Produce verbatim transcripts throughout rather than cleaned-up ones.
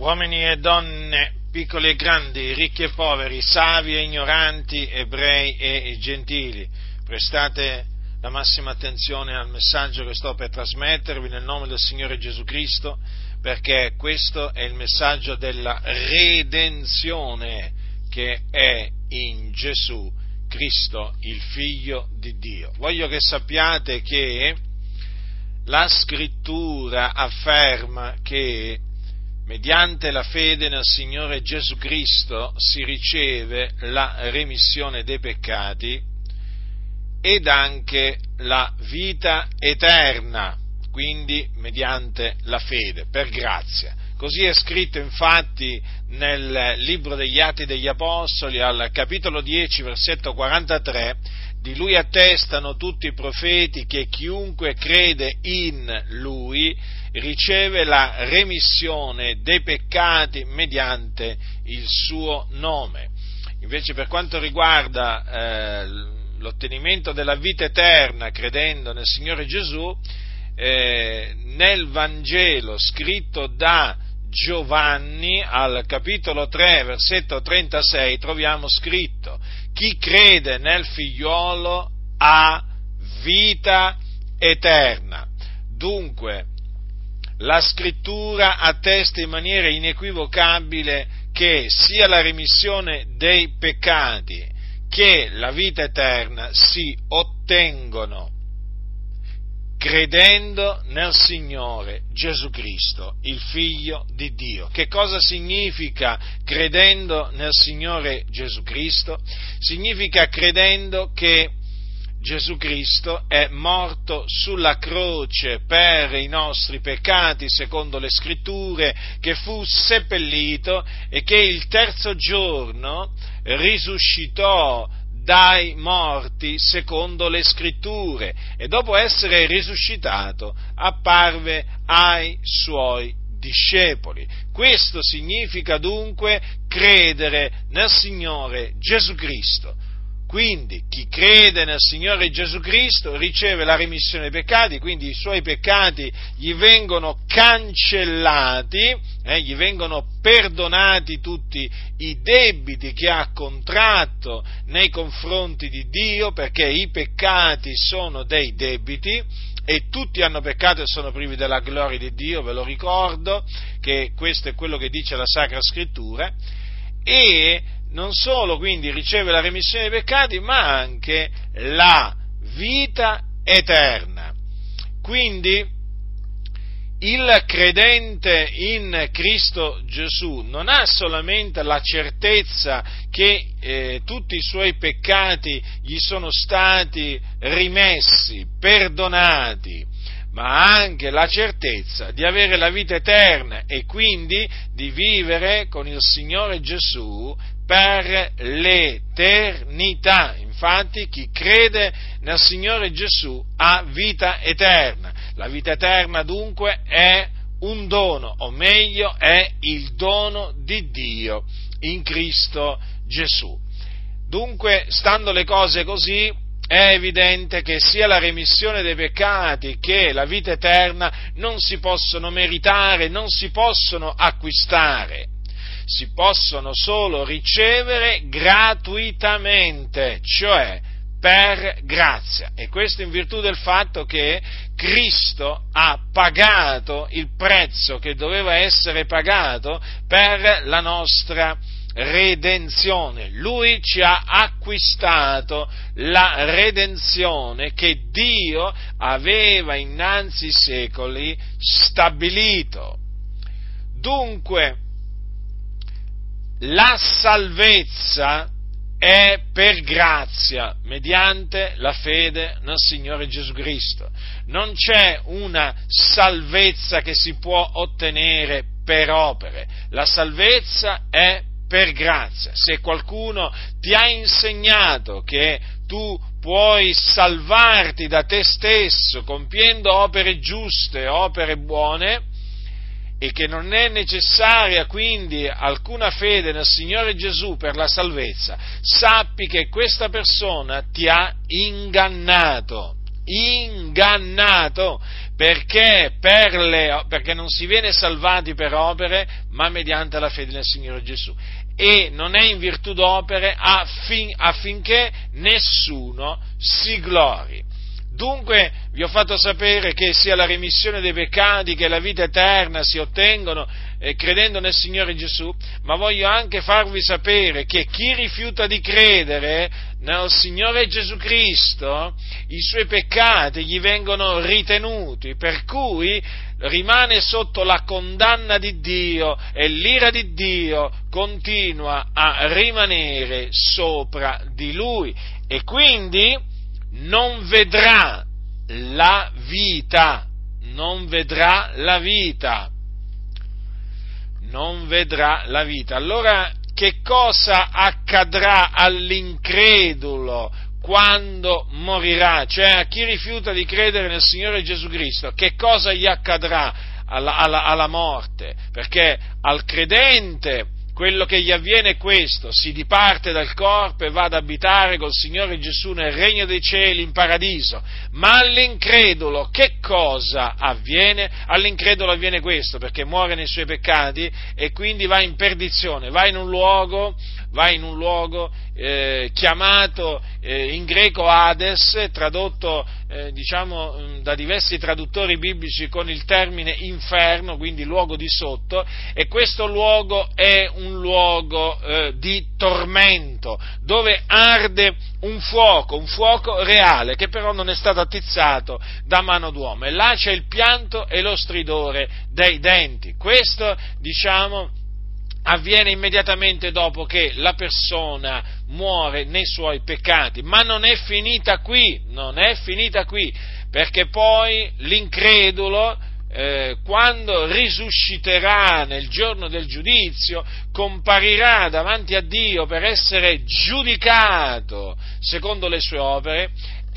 uomini e donne, piccoli e grandi, ricchi e poveri, savi e ignoranti, ebrei e gentili, prestate la massima attenzione al messaggio che sto per trasmettervi nel nome del Signore Gesù Cristo, perché questo è il messaggio della redenzione che è in Gesù Cristo, il Figlio di Dio. Voglio che sappiate che la Scrittura afferma che mediante la fede nel Signore Gesù Cristo si riceve la remissione dei peccati ed anche la vita eterna, quindi mediante la fede, per grazia. Così è scritto infatti nel libro degli Atti degli Apostoli, al capitolo dieci, versetto quarantatré, di lui attestano tutti i profeti che chiunque crede in lui riceve la remissione dei peccati mediante il suo nome. Invece per quanto riguarda eh, l'ottenimento della vita eterna credendo nel Signore Gesù, eh, nel Vangelo scritto da Giovanni al capitolo tre, versetto trentasei, troviamo scritto: chi crede nel figliolo ha vita eterna. Dunque, la Scrittura attesta in maniera inequivocabile che sia la remissione dei peccati che la vita eterna si ottengono credendo nel Signore Gesù Cristo, il Figlio di Dio. Che cosa significa credendo nel Signore Gesù Cristo? Significa credendo che Gesù Cristo è morto sulla croce per i nostri peccati, secondo le Scritture, che fu seppellito e che il terzo giorno risuscitò dai morti, secondo le Scritture, e dopo essere risuscitato apparve ai suoi discepoli. Questo significa dunque credere nel Signore Gesù Cristo. Quindi chi crede nel Signore Gesù Cristo riceve la remissione dei peccati, quindi i suoi peccati gli vengono cancellati, eh, gli vengono perdonati tutti i debiti che ha contratto nei confronti di Dio, perché i peccati sono dei debiti e tutti hanno peccato e sono privi della gloria di Dio, ve lo ricordo che questo è quello che dice la Sacra Scrittura. E non solo quindi riceve la remissione dei peccati, ma anche la vita eterna. Quindi il credente in Cristo Gesù non ha solamente la certezza che eh, tutti i suoi peccati gli sono stati rimessi, perdonati, ma anche la certezza di avere la vita eterna e quindi di vivere con il Signore Gesù per l'eternità. Infatti chi crede nel Signore Gesù ha vita eterna. La vita eterna dunque è un dono, o meglio è il dono di Dio in Cristo Gesù. Dunque, stando le cose così, è evidente che sia la remissione dei peccati che la vita eterna non si possono meritare, non si possono acquistare. Si possono solo ricevere gratuitamente, cioè per grazia, e questo in virtù del fatto che Cristo ha pagato il prezzo che doveva essere pagato per la nostra redenzione. Lui ci ha acquistato la redenzione che Dio aveva innanzi ai secoli stabilito. Dunque, la salvezza è per grazia, mediante la fede nel Signore Gesù Cristo. Non c'è una salvezza che si può ottenere per opere. La salvezza è per grazia. Se qualcuno ti ha insegnato che tu puoi salvarti da te stesso compiendo opere giuste, opere buone, e che non è necessaria quindi alcuna fede nel Signore Gesù per la salvezza, sappi che questa persona ti ha ingannato, ingannato, Perché, per le, perché non si viene salvati per opere, ma mediante la fede nel Signore Gesù. E non è in virtù d'opere affin, affinché nessuno si glori. Dunque vi ho fatto sapere che sia la remissione dei peccati che la vita eterna si ottengono eh, credendo nel Signore Gesù, ma voglio anche farvi sapere che chi rifiuta di credere nel Signore Gesù Cristo, i suoi peccati gli vengono ritenuti, per cui rimane sotto la condanna di Dio e l'ira di Dio continua a rimanere sopra di lui e quindi non vedrà la vita, non vedrà la vita, non vedrà la vita. Allora, che cosa accadrà all'incredulo quando morirà? Cioè, a chi rifiuta di credere nel Signore Gesù Cristo, che cosa gli accadrà alla, alla, alla morte? Perché al credente quello che gli avviene è questo: si diparte dal corpo e va ad abitare col Signore Gesù nel regno dei cieli, in paradiso. Ma all'incredulo che cosa avviene? All'incredulo avviene questo, perché muore nei suoi peccati e quindi va in perdizione, va in un luogo, va in un luogo eh, chiamato eh, in greco Hades, tradotto eh, diciamo da diversi traduttori biblici con il termine inferno, quindi luogo di sotto, e questo luogo è un luogo eh, di tormento, dove arde un fuoco, un fuoco reale, che però non è stato attizzato da mano d'uomo, e là c'è il pianto e lo stridore dei denti. Questo, diciamo, avviene immediatamente dopo che la persona muore nei suoi peccati, ma non è finita qui, non è finita qui, perché poi l'incredulo, eh, quando risusciterà nel giorno del giudizio, comparirà davanti a Dio per essere giudicato secondo le sue opere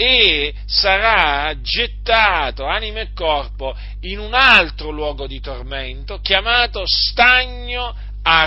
e sarà gettato, anima e corpo, in un altro luogo di tormento chiamato stagno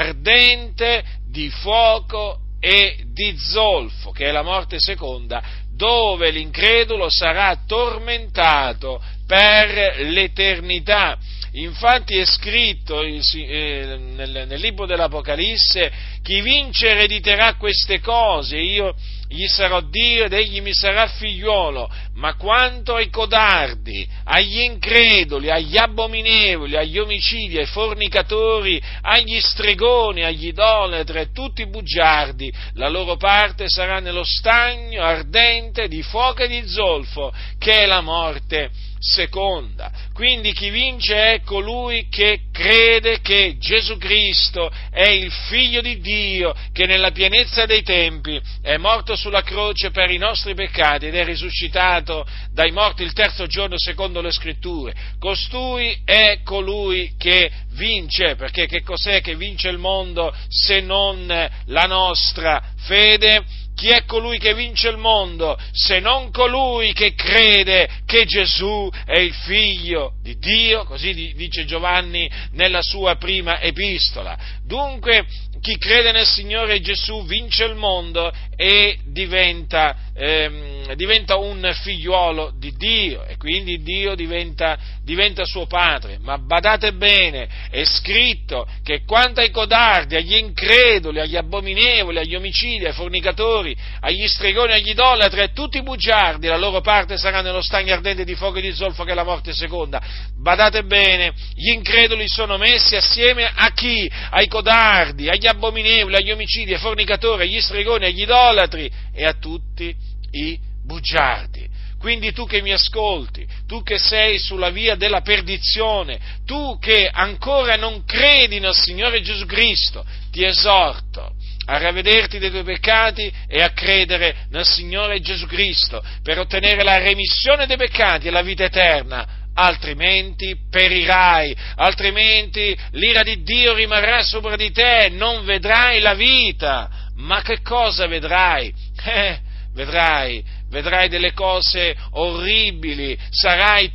ardente di fuoco e di zolfo, che è la morte seconda, dove l'incredulo sarà tormentato per l'eternità. Infatti è scritto eh, nel, nel libro dell'Apocalisse: chi vince erediterà queste cose, io gli sarò Dio ed egli mi sarà figliuolo. Ma quanto ai codardi, agli increduli, agli abominevoli, agli omicidi, ai fornicatori, agli stregoni, agli idolatri e tutti i bugiardi, la loro parte sarà nello stagno ardente di fuoco e di zolfo, che è la morte seconda. Quindi chi vince è colui che crede che Gesù Cristo è il Figlio di Dio, che nella pienezza dei tempi è morto sulla croce per i nostri peccati ed è risuscitato dai morti il terzo giorno secondo le Scritture. Costui è colui che vince, perché che cos'è che vince il mondo se non la nostra fede? Chi è colui che vince il mondo se non colui che crede che Gesù è il Figlio di Dio? Così dice Giovanni nella sua prima epistola. Dunque, chi crede nel Signore Gesù vince il mondo e diventa, ehm, diventa un figliuolo di Dio, e quindi Dio diventa, diventa suo padre. Ma badate bene, è scritto che quanto ai codardi, agli increduli, agli abominevoli, agli omicidi, ai fornicatori, agli stregoni, agli idolatri e tutti i bugiardi, la loro parte sarà nello stagno ardente di fuoco e di zolfo, che è la morte seconda. Badate bene, gli increduli sono messi assieme a chi? Ai codardi, agli abominevoli, agli omicidi, ai fornicatori, agli stregoni, agli idolatri e a tutti i bugiardi. Quindi tu che mi ascolti, tu che sei sulla via della perdizione, tu che ancora non credi nel Signore Gesù Cristo, ti esorto a ravvederti dei tuoi peccati e a credere nel Signore Gesù Cristo per ottenere la remissione dei peccati e la vita eterna. Altrimenti perirai, altrimenti l'ira di Dio rimarrà sopra di te, non vedrai la vita. Ma che cosa vedrai? Eh, vedrai, vedrai delle cose orribili, sarai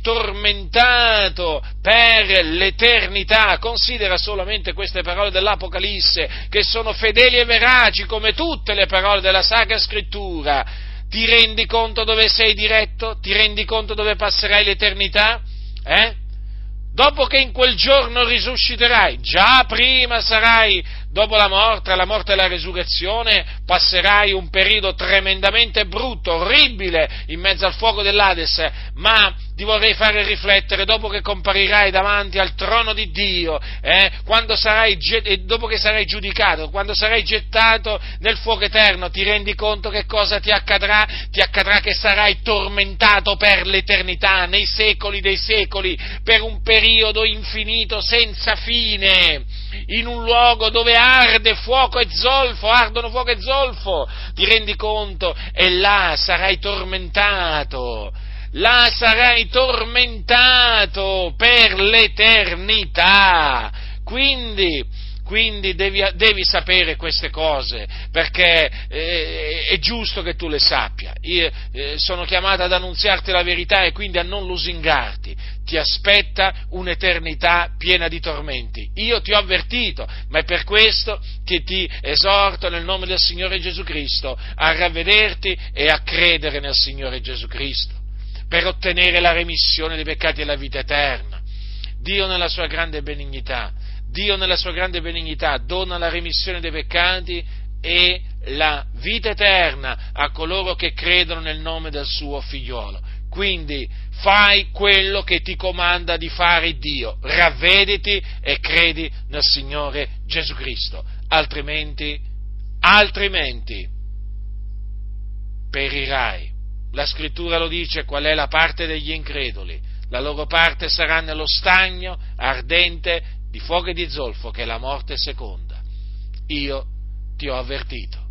tormentato per l'eternità. Considera solamente queste parole dell'Apocalisse, che sono fedeli e veraci come tutte le parole della Sacra Scrittura. Ti rendi conto dove sei diretto? Ti rendi conto dove passerai l'eternità? Eh? Dopo che in quel giorno risusciterai, già prima sarai, dopo la morte, la morte e la resurrezione, passerai un periodo tremendamente brutto, orribile, in mezzo al fuoco dell'Ades, ma ti vorrei fare riflettere, dopo che comparirai davanti al trono di Dio, eh, quando sarai, dopo che sarai giudicato, quando sarai gettato nel fuoco eterno, ti rendi conto che cosa ti accadrà? Ti accadrà che sarai tormentato per l'eternità, nei secoli dei secoli, per un periodo infinito, senza fine, in un luogo dove arde fuoco e zolfo, ardono fuoco e zolfo, ti rendi conto? E là sarai tormentato. Là sarai tormentato per l'eternità. Quindi, quindi devi, devi sapere queste cose, perché eh, è giusto che tu le sappia. Io eh, sono chiamato ad annunziarti la verità e quindi a non lusingarti. Ti aspetta un'eternità piena di tormenti. Io ti ho avvertito, ma è per questo che ti esorto nel nome del Signore Gesù Cristo a ravvederti e a credere nel Signore Gesù Cristo, per ottenere la remissione dei peccati e la vita eterna. Dio nella sua grande benignità, Dio nella sua grande benignità dona la remissione dei peccati e la vita eterna a coloro che credono nel nome del suo figliolo. Quindi fai quello che ti comanda di fare Dio, ravvediti e credi nel Signore Gesù Cristo, altrimenti, altrimenti perirai. La scrittura lo dice qual è la parte degli increduli: la loro parte sarà nello stagno ardente di fuoco e di zolfo, che è la morte seconda. Io ti ho avvertito.